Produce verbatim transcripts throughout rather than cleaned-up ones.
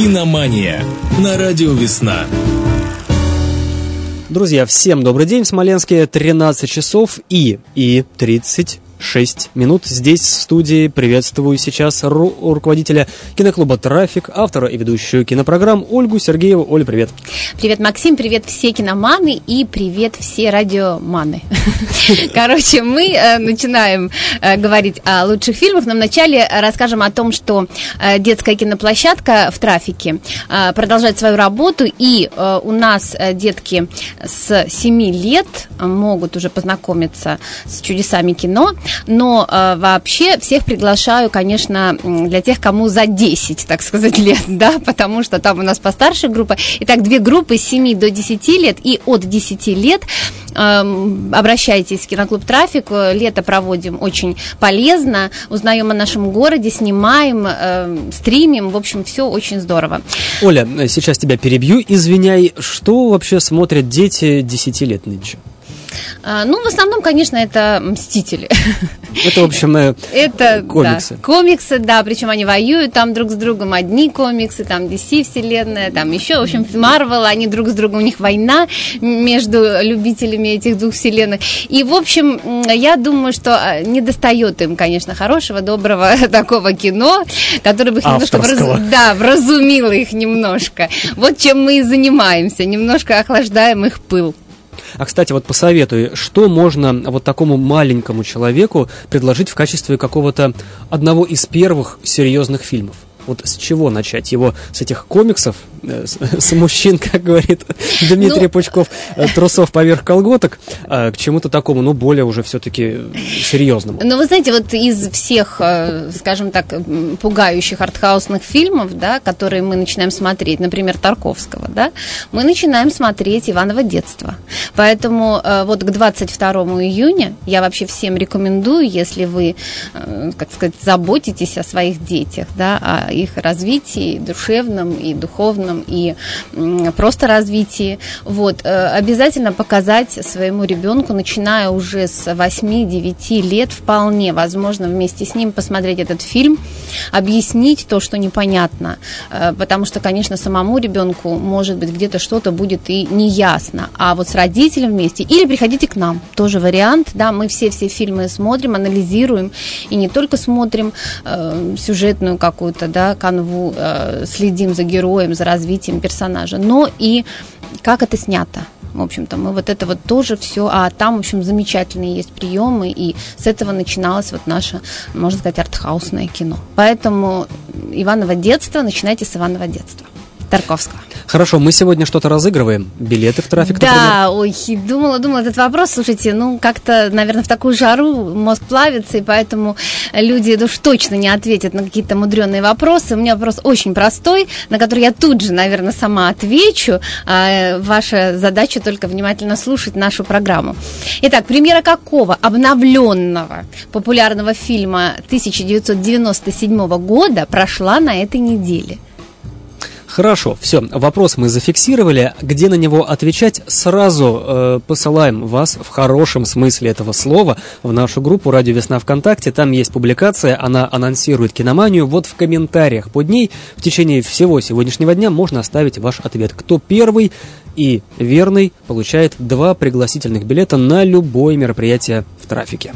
Киномания на радио «Весна». Друзья, всем добрый день. В Смоленске тринадцать часов и, и тридцать шесть минут. Здесь, в студии, приветствую сейчас ру- руководителя киноклуба «Трафик», автора и ведущую кинопрограмм Ольгу Сергееву. Оля, привет. Привет, Максим, привет все киноманы и привет все радиоманы. Короче, мы э, начинаем э, говорить о лучших фильмах, но вначале расскажем о том, что э, детская киноплощадка в «Трафике» э, продолжает свою работу, и э, у нас э, детки с семи лет могут уже познакомиться с чудесами кино. Но э, вообще всех приглашаю, конечно, для тех, кому за десять, так сказать, лет, да, потому что там у нас постарше группа. Итак, две группы с семи до десяти лет и от десяти лет. Э, обращайтесь в киноклуб «Трафик». Лето проводим очень полезно, узнаем о нашем городе, снимаем, э, стримим. В общем, все очень здорово. Оля, сейчас тебя перебью, извиняй. Что вообще смотрят дети десяти лет нынче? Ну, в основном, конечно, это «Мстители». Это, в общем, это, комиксы. Да, комиксы, да, причем они воюют там друг с другом, одни комиксы, там ди си вселенная, там еще, в общем, Марвел, они друг с другом, у них война между любителями этих двух вселенных. И, в общем, я думаю, что не достает им, конечно, хорошего, доброго такого кино, которое бы их немножко враз... да, вразумило их немножко. Вот чем мы и занимаемся, немножко охлаждаем их пыл. А, кстати, вот посоветуй, что можно вот такому маленькому человеку предложить в качестве какого-то одного из первых серьезных фильмов? Вот с чего начать? Его с этих комиксов, э, с, с мужчин, как говорит Дмитрий ну, Пучков, э, трусов поверх колготок, э, к чему-то такому, ну, более уже все-таки серьезному. Ну, вы знаете, вот из всех, э, скажем так, пугающих артхаусных фильмов, да, которые мы начинаем смотреть, например, Тарковского, да, мы начинаем смотреть «Иваново детство». Поэтому э, вот к двадцать второму июня я вообще всем рекомендую, если вы, э, как сказать, заботитесь о своих детях, да, о их развитии душевном и духовном, и просто развитии. Вот. Обязательно показать своему ребенку, начиная уже с восьми-девяти лет, вполне возможно вместе с ним посмотреть этот фильм, объяснить то, что непонятно, потому что, конечно, самому ребенку, может быть, где-то что-то будет и неясно, а вот с родителем вместе, или приходите к нам, тоже вариант, да, мы все-все фильмы смотрим, анализируем, и не только смотрим э, сюжетную какую-то, да, канву, э, следим за героем, за развитием персонажа, но и как это снято. В общем-то, мы вот это вот тоже все, а там, в общем, замечательные есть приемы, и с этого начиналось вот наше, можно сказать, артхаусное кино. Поэтому «Иваново детство», начинайте с «Иваново детства» Тарковского. Хорошо, мы сегодня что-то разыгрываем. Билеты в «Трафик», например. Да, ой, думала, думала этот вопрос. Слушайте, ну, как-то, наверное, в такую жару мозг плавится, и поэтому люди уж точно не ответят на какие-то мудреные вопросы. У меня вопрос очень простой, на который я тут же, наверное, сама отвечу. А ваша задача только внимательно слушать нашу программу. Итак, премьера какого обновленного популярного фильма тысяча девятьсот девяносто седьмого года прошла на этой неделе? Хорошо, все, вопрос мы зафиксировали. Где на него отвечать, сразу э, посылаем вас в хорошем смысле этого слова в нашу группу «Радио Весна» ВКонтакте. Там есть публикация, она анонсирует киноманию. Вот в комментариях под ней в течение всего сегодняшнего дня можно оставить ваш ответ. Кто первый и верный, получает два пригласительных билета на любое мероприятие в «Трафике».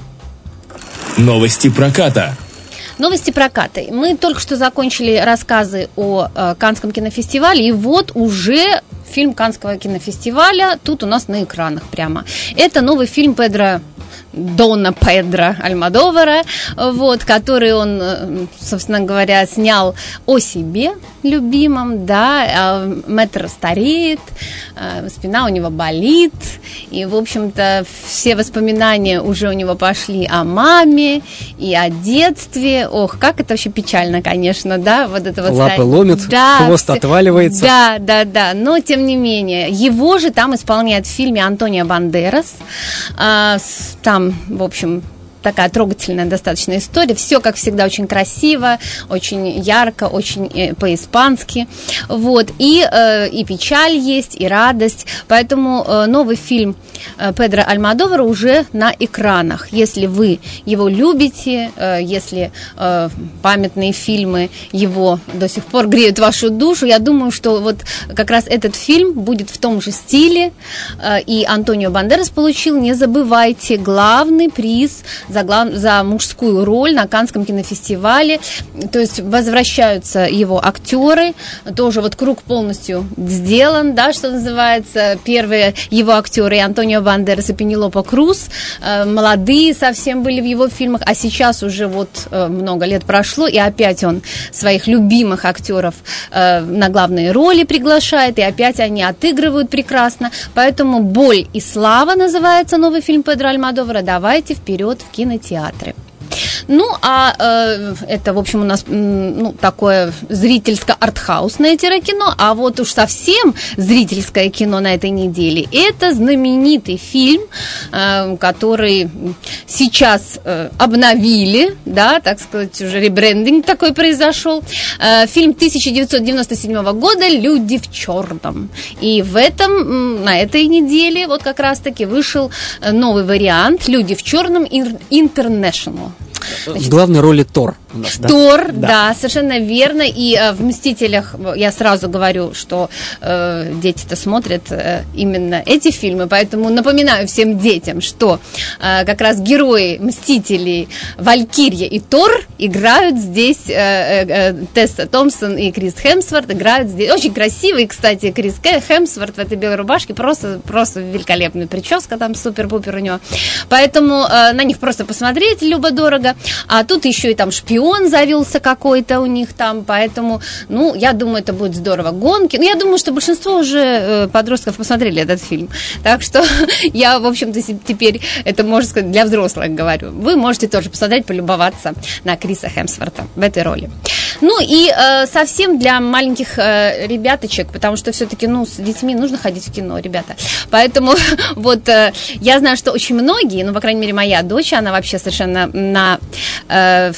Новости проката. Новости проката. Мы только что закончили рассказы о э, Каннском кинофестивале, и вот уже фильм Каннского кинофестиваля тут у нас на экранах прямо. Это новый фильм Педро Дона Педро Альмодовара, вот, который он, собственно говоря, снял о себе любимом, да, мэтр стареет, спина у него болит, и, в общем-то, все воспоминания уже у него пошли о маме и о детстве. Ох, как это вообще печально, конечно, да, вот это вот. Лапы ломит, да, хвост все... отваливается. Да, да, да, но, тем не менее, его же там исполняет в фильме Антонио Бандерас, там, в общем, такая трогательная достаточно история. Все, как всегда, очень красиво, очень ярко, очень э, по-испански. Вот. И, э, и печаль есть, и радость. Поэтому э, новый фильм э, Педро Альмодовара уже на экранах. Если вы его любите, э, если э, памятные фильмы его до сих пор греют вашу душу, я думаю, что вот как раз этот фильм будет в том же стиле. Э, и Антонио Бандерас получил, не забывайте, главный приз за, глав... за мужскую роль на Каннском кинофестивале. То есть возвращаются его актеры. Тоже вот круг полностью сделан, да, что называется. Первые его актеры, Антонио Бандерас и Пенелопа Круз, э, молодые совсем были в его фильмах, а сейчас уже вот э, много лет прошло, и опять он своих любимых актеров э, на главные роли приглашает, и опять они отыгрывают прекрасно. Поэтому «Боль и слава» называется новый фильм Педро Альмодовара. Давайте вперед в кинотеатры. Ну, а э, это, в общем, у нас ну, такое зрительско-артхаусное кино, а вот уж совсем зрительское кино на этой неделе – это знаменитый фильм, э, который сейчас э, обновили, да, так сказать, уже ребрендинг такой произошел. Э, фильм тысяча девятьсот девяносто седьмого года «Люди в черном». И в этом, на этой неделе вот как раз-таки вышел новый вариант «Люди в черном International». Значит, в главной роли Тор у нас, да? Тор, да, да, совершенно верно. И э, в «Мстителях» я сразу говорю, что э, дети-то смотрят э, именно эти фильмы, поэтому напоминаю всем детям, что э, как раз герои «Мстителей» Валькирия и Тор играют здесь, э, э, Тесса Томпсон и Крис Хемсворт играют здесь. Очень красивый, кстати, Крис Хемсворт в этой белой рубашке, просто, просто великолепная прическа там, супер-пупер у него. Поэтому э, на них просто посмотреть любо-дорого. А тут еще и там шпион завелся какой-то у них там, поэтому, ну, я думаю, это будет здорово. Гонки, ну, я думаю, что большинство уже э, подростков посмотрели этот фильм, так что я, в общем-то, теперь, это, можно сказать, для взрослых говорю. Вы можете тоже посмотреть, полюбоваться на Криса Хемсворта в этой роли. Ну, и э, совсем для маленьких э, ребяточек, потому что все-таки, ну, с детьми нужно ходить в кино, ребята. Поэтому вот э, я знаю, что очень многие, ну, по крайней мере, моя дочь, она вообще совершенно на э,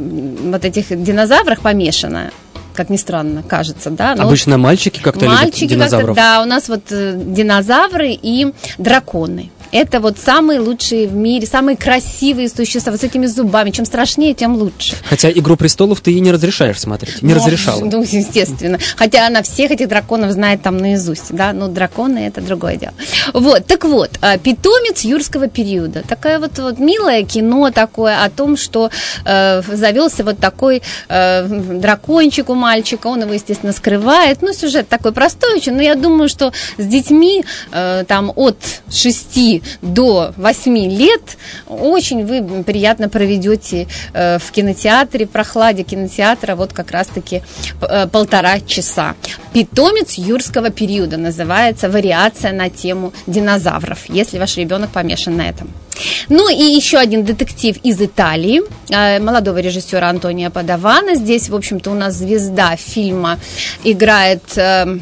вот этих динозаврах помешана. Как ни странно, кажется, да. Но обычно мальчики как-то мальчики любят динозавров. Как-то, да, у нас вот э, динозавры и драконы. Это вот самые лучшие в мире, самые красивые существа, вот с этими зубами. Чем страшнее, тем лучше. Хотя «Игру престолов» ты ей не разрешаешь смотреть, не ну, разрешала. Ну, естественно. Хотя она всех этих драконов знает там наизусть, да, но драконы – это другое дело. Вот, так вот, «Питомец юрского периода». Такое вот, вот милое кино такое о том, что э, завелся вот такой э, дракончик у мальчика, он его, естественно, скрывает. Ну, сюжет такой простой очень, но я думаю, что с детьми э, там от шести до восьми лет очень вы приятно проведете э, в кинотеатре, прохладе кинотеатра вот как раз-таки э, полтора часа. «Питомец юрского периода» называется, вариация на тему динозавров, если ваш ребенок помешан на этом. Ну и еще один детектив из Италии, э, молодого режиссера Антонио Падавана. Здесь, в общем-то, у нас звезда фильма играет... Э,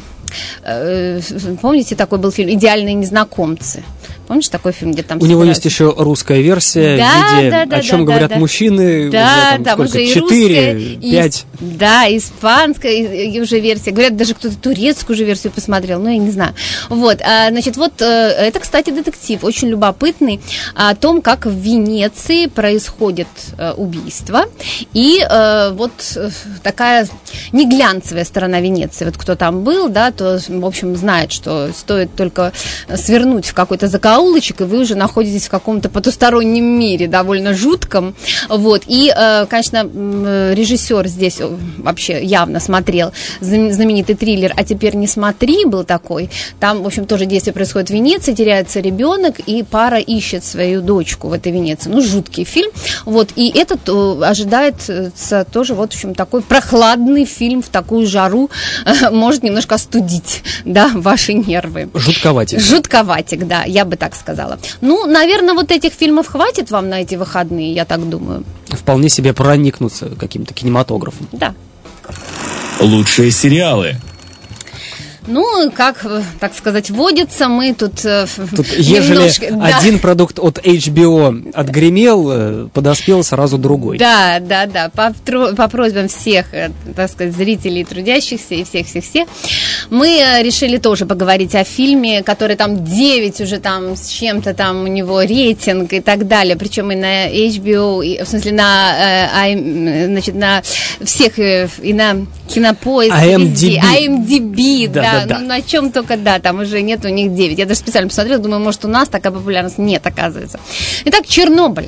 помните, такой был фильм «Идеальные незнакомцы»? Помнишь такой фильм, где там... У него есть еще русская версия, да, в виде да, да, «О чем да, говорят да, мужчины». Да, уже, там, там сколько, уже и четыре, русская, пять. И, да, испанская и, и уже версия. Говорят, даже кто-то турецкую же версию посмотрел, ну, я не знаю. Вот, а, значит, вот это, кстати, детектив, очень любопытный, о том, как в Венеции происходит а, убийство. И а, вот такая неглянцевая сторона Венеции. Вот кто там был, да, то, в общем, знает, что стоит только свернуть в какой-то закоулочек, и вы уже находитесь в каком-то потустороннем мире, довольно жутком. Вот. И, конечно, режиссер здесь вообще явно смотрел знаменитый триллер «А теперь не смотри», был такой. Там, в общем, тоже действие происходит в Венеции, теряется ребенок, и пара ищет свою дочку в этой Венеции. Ну, жуткий фильм. Вот. И этот ожидается тоже, вот, в общем, такой прохладный фильм в такую жару, может немножко остудить, да, ваши нервы. Жутковатик. Жутковатик, да, я бы так сказала. Ну, наверное, вот этих фильмов хватит вам на эти выходные, я так думаю. Вполне себе проникнуться каким-то кинематографом. Да. Лучшие сериалы. Ну, как, так сказать, водится, мы тут, тут ежели немножко... один да. продукт от эйч би о отгремел, подоспел сразу другой. Да, да, да, по, по просьбам всех, так сказать, зрителей, трудящихся и всех-всех-всех, мы решили тоже поговорить о фильме, который там девять уже там с чем-то там у него рейтинг и так далее, причем и на эйч би о, и, в смысле на, э, значит, на всех, и на Кинопоиск, ай эм ди би, ай эм ди би, да, да, да, да, да. Ну, на чем только, да, там уже нет у них девять. Я даже специально посмотрела, думаю, может, у нас такая популярность. Нет, оказывается. Итак, Чернобыль.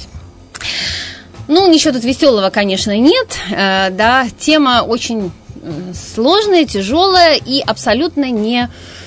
Ну, ничего тут веселого, конечно, нет, э, да, тема очень сложная, тяжелая и абсолютно не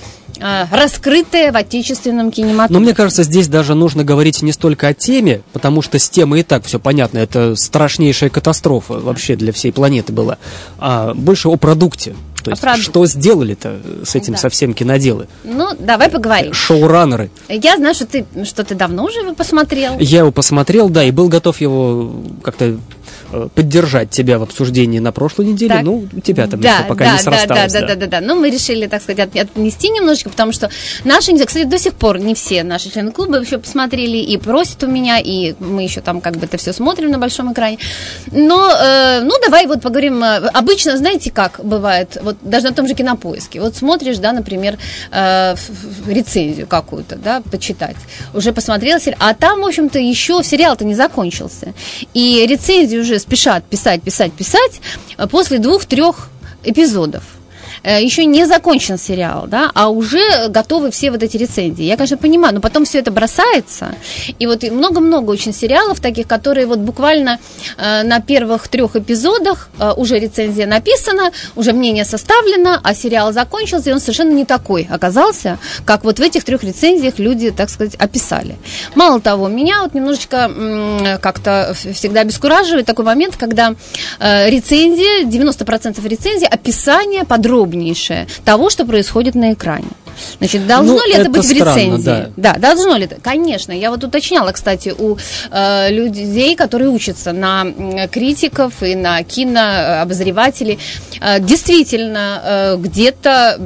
э, раскрытая в отечественном кинематографе. Но мне кажется, здесь даже нужно говорить не столько о теме, потому что с темой и так все понятно, это страшнейшая катастрофа вообще для всей планеты была, а больше о продукте. То есть, продукт. Что сделали-то с этим да. совсем киноделы? Ну, давай поговорим. Шоураннеры. Я знаю, что ты, что ты давно уже его посмотрел. Я его посмотрел, да, и был готов его как-то поддержать тебя в обсуждении на прошлой неделе. Так. Ну, у тебя там да, еще пока да, не да, срасталось. Да, да, да, да, да. Но мы решили, так сказать, отнести немножечко, потому что наши, кстати, до сих пор не все наши члены клуба еще посмотрели и просят у меня, и мы еще там как бы это все смотрим на большом экране. Но, э, ну, давай вот поговорим. Обычно, знаете, как бывает, вот даже на том же Кинопоиске. Вот смотришь, да, например, э, рецензию какую-то, да, почитать. Уже посмотрел сериал, а там, в общем-то, еще сериал-то не закончился. И рецензии уже спешат писать, писать, писать после двух-трех эпизодов. Еще не закончен сериал, да, а уже готовы все вот эти рецензии. Я, конечно, понимаю, но потом все это бросается. И вот много-много очень сериалов таких, которые вот буквально э, на первых трех эпизодах э, уже рецензия написана, уже мнение составлено, а сериал закончился, и он совершенно не такой оказался, как вот в этих трех рецензиях люди, так сказать, описали. Мало того, меня вот немножечко м- как-то всегда обескураживает такой момент, когда э, рецензия, девяносто процентов рецензии, описание подробнее того, что происходит на экране. Значит, должно ну, ли это, это быть странно, в рецензии? Да. да, должно ли это? Конечно. Я вот уточняла, кстати, у э, людей, которые учатся на э, критиков и на кинообозревателей. Э, действительно, э, где-то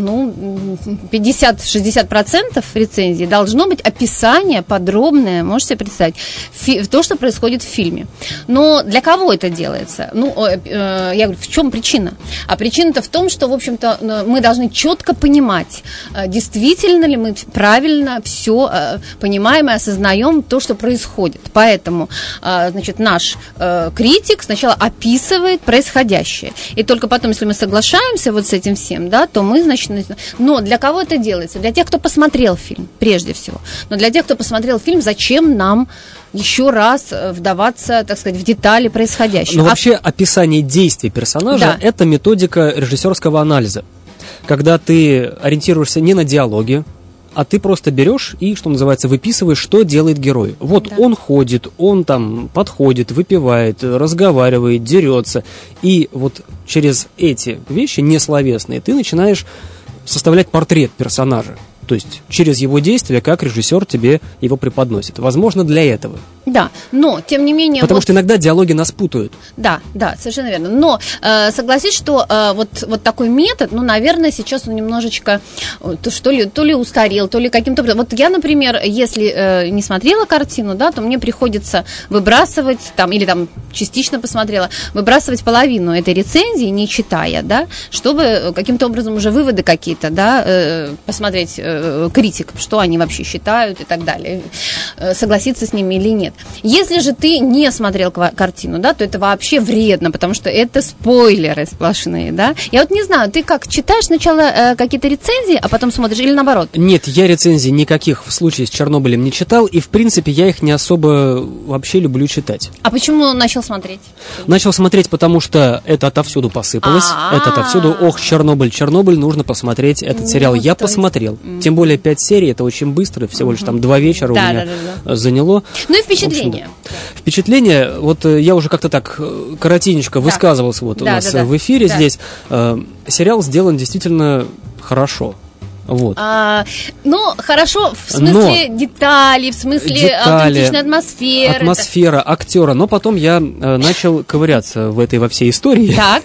ну, пятьдесят-шестьдесят процентов рецензии должно быть описание подробное, можете себе представить, фи- то, что происходит в фильме. Но для кого это делается? Ну, э, э, я говорю, в чем причина? А причина-то в том, что, в общем-то, мы должны четко понимать, действительно ли мы правильно все э, понимаем и осознаем то, что происходит. Поэтому, э, значит, наш э, критик сначала описывает происходящее. И только потом, если мы соглашаемся вот с этим всем, да, то мы, значит, но для кого это делается? Для тех, кто посмотрел фильм, прежде всего. Но для тех, кто посмотрел фильм, зачем нам еще раз вдаваться, так сказать, в детали происходящего? Но вообще описание действий персонажа да. – это методика режиссерского анализа. Когда ты ориентируешься не на диалоги, а ты просто берешь и, что называется, выписываешь, что делает герой. Вот да. он ходит, он там подходит, выпивает, разговаривает, дерется. И вот через эти вещи несловесные ты начинаешь составлять портрет персонажа. То есть через его действия, как режиссер тебе его преподносит. Возможно, для этого. Да, но, тем не менее... Потому вот... что иногда диалоги нас путают. Да, да, совершенно верно. Но э, согласись, что э, вот, вот такой метод, ну, наверное, сейчас он немножечко то, что ли, то ли устарел, то ли каким-то... Вот я, например, если э, не смотрела картину, да, то мне приходится выбрасывать, там, или там частично посмотрела, выбрасывать половину этой рецензии, не читая, да, чтобы каким-то образом уже выводы какие-то, да, э, посмотреть э, критик, что они вообще считают и так далее, э, согласиться с ними или нет. Если же ты не смотрел картину, да, то это вообще вредно, потому что это спойлеры сплошные, да. Я вот не знаю, ты как, читаешь сначала э, какие-то рецензии, а потом смотришь, или наоборот? Нет, я рецензий никаких в случае с Чернобылем не читал, и, в принципе, я их не особо вообще люблю читать. А почему начал смотреть? Начал смотреть, потому что это отовсюду посыпалось, А-а-а. это отовсюду, ох, Чернобыль, Чернобыль, нужно посмотреть этот сериал. Я посмотрел, тем более пять серий, это очень быстро, всего лишь там два вечера у меня заняло. Ну и впечатление. Впечатление. Впечатление, вот я уже как-то так коротенько да. высказывался вот да, у нас да, да. в эфире да. здесь. Э, сериал сделан действительно хорошо. Вот. А, ну, хорошо, в смысле но деталей, в смысле детали, аутентичной атмосферы. Атмосфера, актера. Но потом я э, начал ковыряться в этой во всей истории. Так.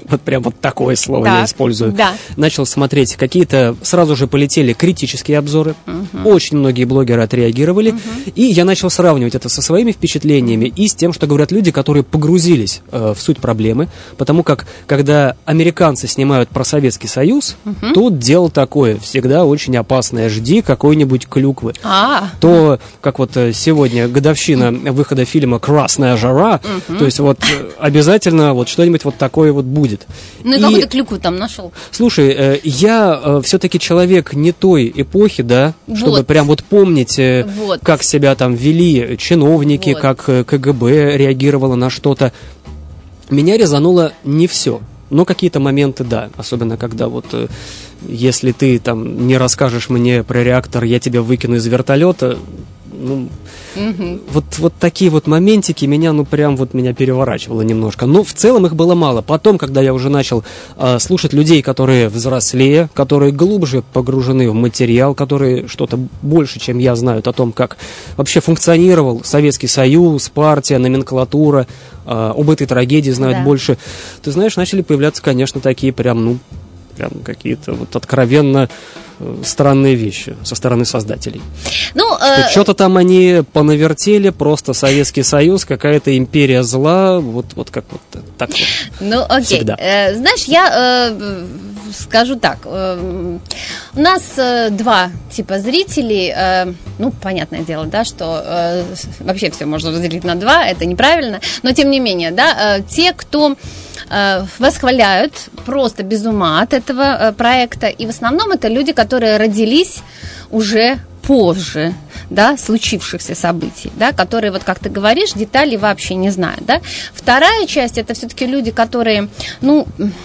Вот прям вот такое слово Так, я использую. да. Начал смотреть какие-то, сразу же полетели критические обзоры. Угу. Очень многие блогеры отреагировали. Угу. И я начал сравнивать это со своими впечатлениями и с тем, что говорят люди, которые погрузились э, в суть проблемы. Потому как, когда американцы снимают про Советский Союз, угу. тут дело такое, всегда очень опасное. Жди какой-нибудь клюквы. А. То, как вот сегодня годовщина выхода фильма «Красная жара», угу. то есть вот обязательно вот что-нибудь вот такое вот будет. Ну и, и какую-то клюкву там нашел? Слушай, э, я э, все-таки человек не той эпохи, да, вот. чтобы прям вот помнить, э, вот. как себя там вели чиновники, вот. как э, ка гэ бэ реагировало на что-то. Меня резануло не все. Но какие-то моменты, да, особенно когда вот, э, если ты там не расскажешь мне про реактор, я тебя выкину из вертолета, ну, угу. вот, вот такие вот моментики меня, ну, прям вот меня переворачивало немножко. Но в целом их было мало. Потом, когда я уже начал э, слушать людей, которые взрослее, которые глубже погружены в материал, которые что-то больше, чем я, знают о том, как вообще функционировал Советский Союз, партия, номенклатура, э, об этой трагедии знают да. больше, ты знаешь, начали появляться, конечно, такие прям, ну, прям какие-то вот откровенно странные вещи со стороны создателей. Ну, э... что-то там они понавертели, просто Советский Союз, какая-то империя зла, вот, вот как вот так вот. Ну, окей. Э, знаешь, я э, скажу так. Э, у нас э, два типа зрителей. Э, ну, понятное дело, да, что э, вообще все можно разделить на два, это неправильно. Но, тем не менее, да, э, те, кто э, восхваляют просто без ума от этого э, проекта, и в основном это люди, которые родились уже позже, да, случившихся событий, да, которые, вот как ты говоришь, детали вообще не знают, да. Вторая часть – это все-таки люди, которые, ну,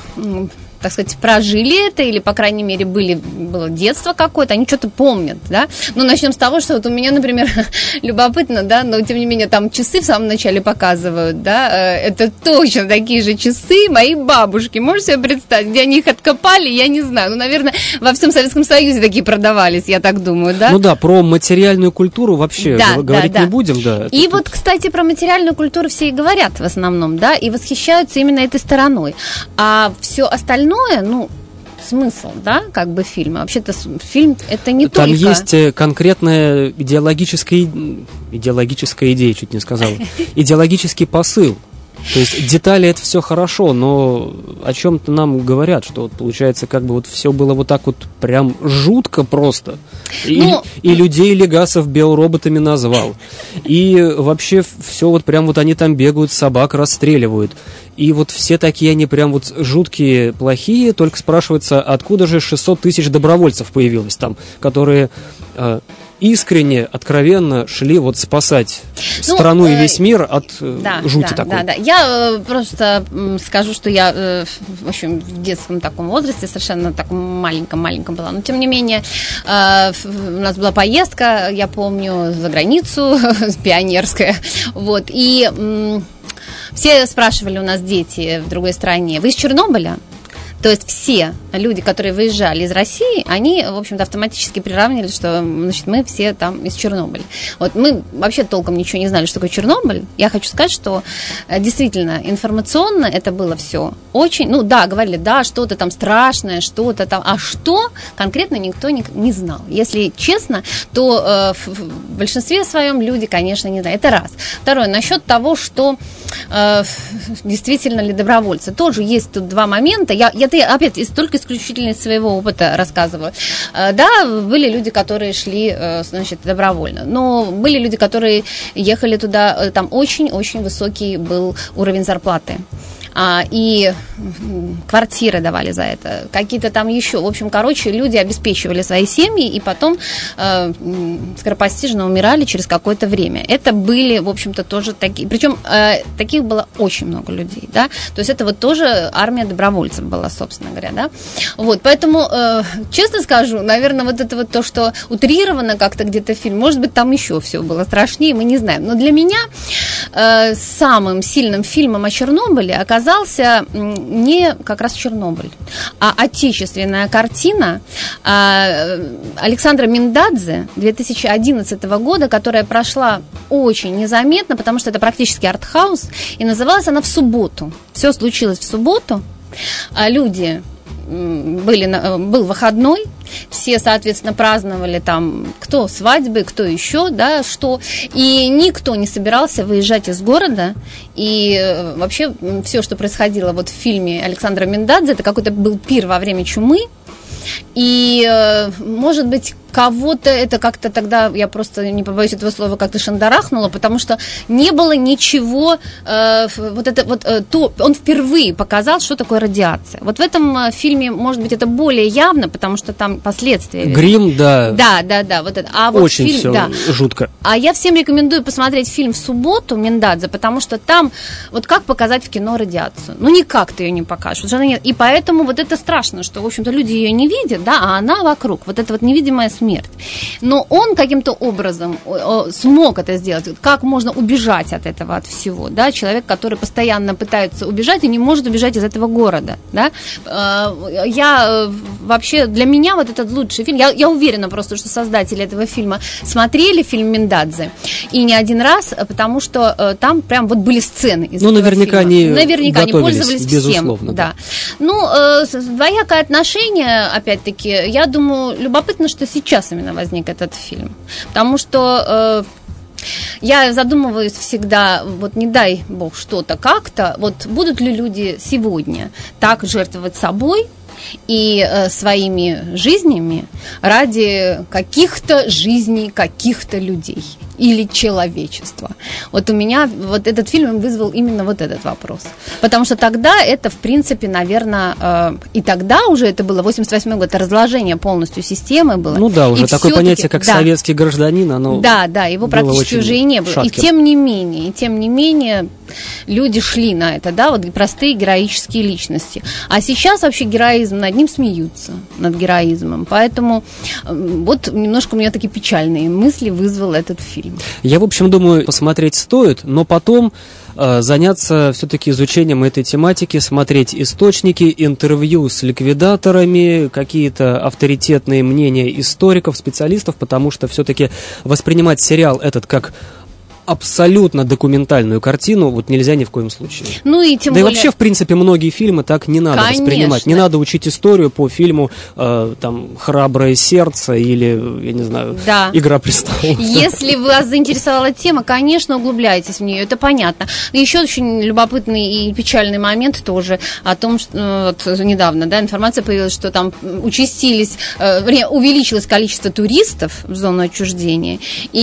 так сказать, прожили это, или, по крайней мере, были, было детство какое-то, они что-то помнят, да. Ну, начнем с того, что вот у меня, например, любопытно, да, но, тем не менее, там часы в самом начале показывают, да, это точно такие же часы моей бабушки, можешь себе представить, где они их откопали, я не знаю, ну, наверное, во всем Советском Союзе такие продавались, я так думаю, да. Ну да, про материальную культуру вообще да, говорить да, не да. будем, да. И вот, тут... кстати, про материальную культуру все и говорят в основном, да, и восхищаются именно этой стороной, а все остальное, ну, смысл, да, как бы фильма. Вообще-то фильм это не Там только... Там есть конкретная идеологическая, идеологическая идея, чуть не сказала, идеологический посыл. То есть детали это все хорошо, но о чем-то нам говорят, что вот получается как бы вот все было вот так вот прям жутко просто. И, ну, и людей Легасов биороботами назвал. И вообще все вот прям вот они там бегают, собак расстреливают. И вот все такие они прям вот жуткие, плохие, только спрашивается, откуда же шестьсот тысяч добровольцев появилось там, которые... искренне, откровенно шли вот спасать ну, страну э, и весь мир от да, жути да, такой. Да, да. Я э, просто э, скажу, что я, э, в общем, в детском таком возрасте, совершенно таком маленьком-маленьком была. Но, тем не менее, э, у нас была поездка, я помню, за границу, пионерская. Вот, и э, все спрашивали у нас дети в другой стране, вы из Чернобыля? То есть все люди, которые выезжали из России, они, в общем-то, автоматически приравнивали, что, значит, мы все там из Чернобыля. Вот мы вообще толком ничего не знали, что такое Чернобыль. Я хочу сказать, что действительно информационно это было все очень... Ну да, говорили, да, что-то там страшное, что-то там... А что конкретно никто не, не знал. Если честно, то э, в большинстве своем люди, конечно, не знают. Это раз. Второе, насчет того, что э, действительно ли добровольцы. Тоже есть тут два момента. Я, я ты опять только исключительно из своего опыта рассказываю. Да, были люди, которые шли, значит, добровольно, но были люди, которые ехали туда, там очень-очень высокий был уровень зарплаты. А, и квартиры давали за это, какие-то там еще. В общем, короче, люди обеспечивали свои семьи и потом э, скоропостижно умирали через какое-то время. Это были, в общем-то, тоже такие. Причем э, таких было очень много людей, да. То есть это вот тоже армия добровольцев была, собственно говоря, да. Вот, поэтому, э, честно скажу, наверное, вот это вот то, что утрировано как-то где-то фильм, может быть, там еще все было страшнее, мы не знаем. Но для меня э, самым сильным фильмом о Чернобыле оказался оказался не как раз Чернобыль, а отечественная картина Александра Миндадзе две тысячи одиннадцатого года, которая прошла очень незаметно, потому что это практически артхаус, и называлась она «В субботу». Все случилось в субботу. А люди были, был выходной, все, соответственно, праздновали там кто свадьбы, кто еще, да, что. И никто не собирался выезжать из города. И вообще все, что происходило вот в фильме Александра Миндадзе, это какой-то был пир во время чумы. И, может быть, кого-то это как-то тогда, я просто не побоюсь этого слова, как-то шандарахнуло, потому что не было ничего, э, вот это вот, э, то, он впервые показал, что такое радиация. Вот в этом э, фильме, может быть, это более явно, потому что там последствия. Грим, да. Да, да, да. Вот это. А вот очень фильм, все да. жутко. А я всем рекомендую посмотреть фильм в субботу Миндадзе, потому что там, вот как показать в кино радиацию? Ну, никак ты ее не покажешь. И поэтому вот это страшно, что, в общем-то, люди ее не видят, да, а она вокруг. Вот это вот невидимая смерть. Но он каким-то образом смог это сделать. Как можно убежать от этого, от всего, да? Человек, который постоянно пытается убежать и не может убежать из этого города, да? Я вообще, для меня вот этот лучший фильм, я, я уверена просто, что создатели этого фильма смотрели фильм Миндадзе, и не один раз, потому что там прям вот были сцены из ну, этого наверняка фильма. Они наверняка они пользовались безусловно, всем. Да. Да. Ну, двоякое отношение, опять-таки, я думаю, любопытно, что сейчас именно возник этот фильм. Потому что э, я задумываюсь всегда, вот не дай бог что-то как-то, вот будут ли люди сегодня так жертвовать собой и э, своими жизнями ради каких-то жизней каких-то людей или человечества. Вот у меня вот этот фильм вызвал именно вот этот вопрос. Потому что тогда это, в принципе, наверное, э, и тогда уже это было, восемьдесят восьмой год, разложение полностью системы было. Ну да, уже и такое понятие, как да, советский гражданин, оно Да, да, его практически уже и не было. шатким. И тем не менее, и тем не менее, люди шли на это, да, вот простые героические личности. А сейчас вообще героизм, над ним смеются, над героизмом. Поэтому вот немножко у меня такие печальные мысли вызвал этот фильм. Я, в общем, думаю, посмотреть стоит, но потом э, заняться все-таки изучением этой тематики, смотреть источники, интервью с ликвидаторами, какие-то авторитетные мнения историков, специалистов, потому что все-таки воспринимать сериал этот как абсолютно документальную картину вот нельзя ни в коем случае. Ну и тем да более... и вообще, в принципе, многие фильмы так не надо Конечно. воспринимать. Не надо учить историю по фильму э, там «Храброе сердце» или, я не знаю, да. «Игра престолов». Если вас заинтересовала тема, конечно, углубляйтесь в нее, это понятно. И еще очень любопытный и печальный момент тоже о том, что вот, недавно, да, информация появилась, что там участились, э, увеличилось количество туристов в зону отчуждения,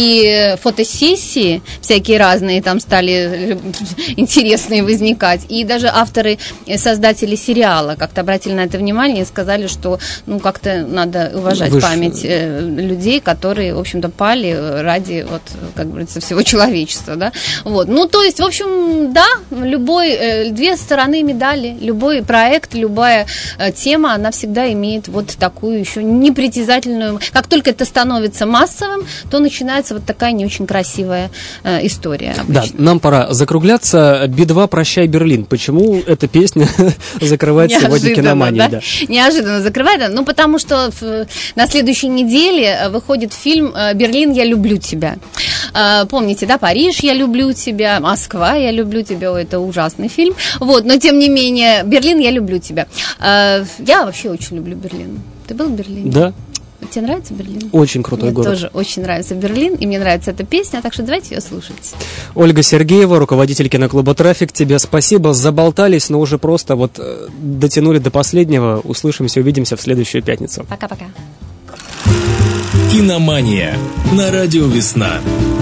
и фотосессии всякие разные там стали интересные возникать. И даже авторы, создатели сериала как-то обратили на это внимание и сказали, что ну как-то надо уважать Выше. память э, людей, которые, в общем-то, пали ради, вот, как говорится, всего человечества, да. Вот. Ну, то есть, в общем, да, любой, э, две стороны медали, любой проект, любая э, тема, она всегда имеет вот такую еще непритязательную... Как только это становится массовым, то начинается вот такая не очень красивая история. Обычно. Да, нам пора закругляться. Би два «Прощай, Берлин». Почему эта песня закрывает сегодня киноманией? Да? Да. Неожиданно закрывает. Ну, потому что в, на следующей неделе выходит фильм «Берлин, я люблю тебя». Помните, да, «Париж, я люблю тебя», «Москва, я люблю тебя». Ой, это ужасный фильм. Вот, но тем не менее, «Берлин, я люблю тебя». Я вообще очень люблю Берлин. Ты был в Берлине? Да. Тебе нравится Берлин? Очень крутой мне город. Мне тоже очень нравится Берлин, и мне нравится эта песня, так что давайте ее слушать. Ольга Сергеева, руководитель киноклуба «Трафик», тебе спасибо. Заболтались, но уже просто вот э, дотянули до последнего. Услышимся, увидимся в следующую пятницу. Пока-пока. Киномания на радио «Весна».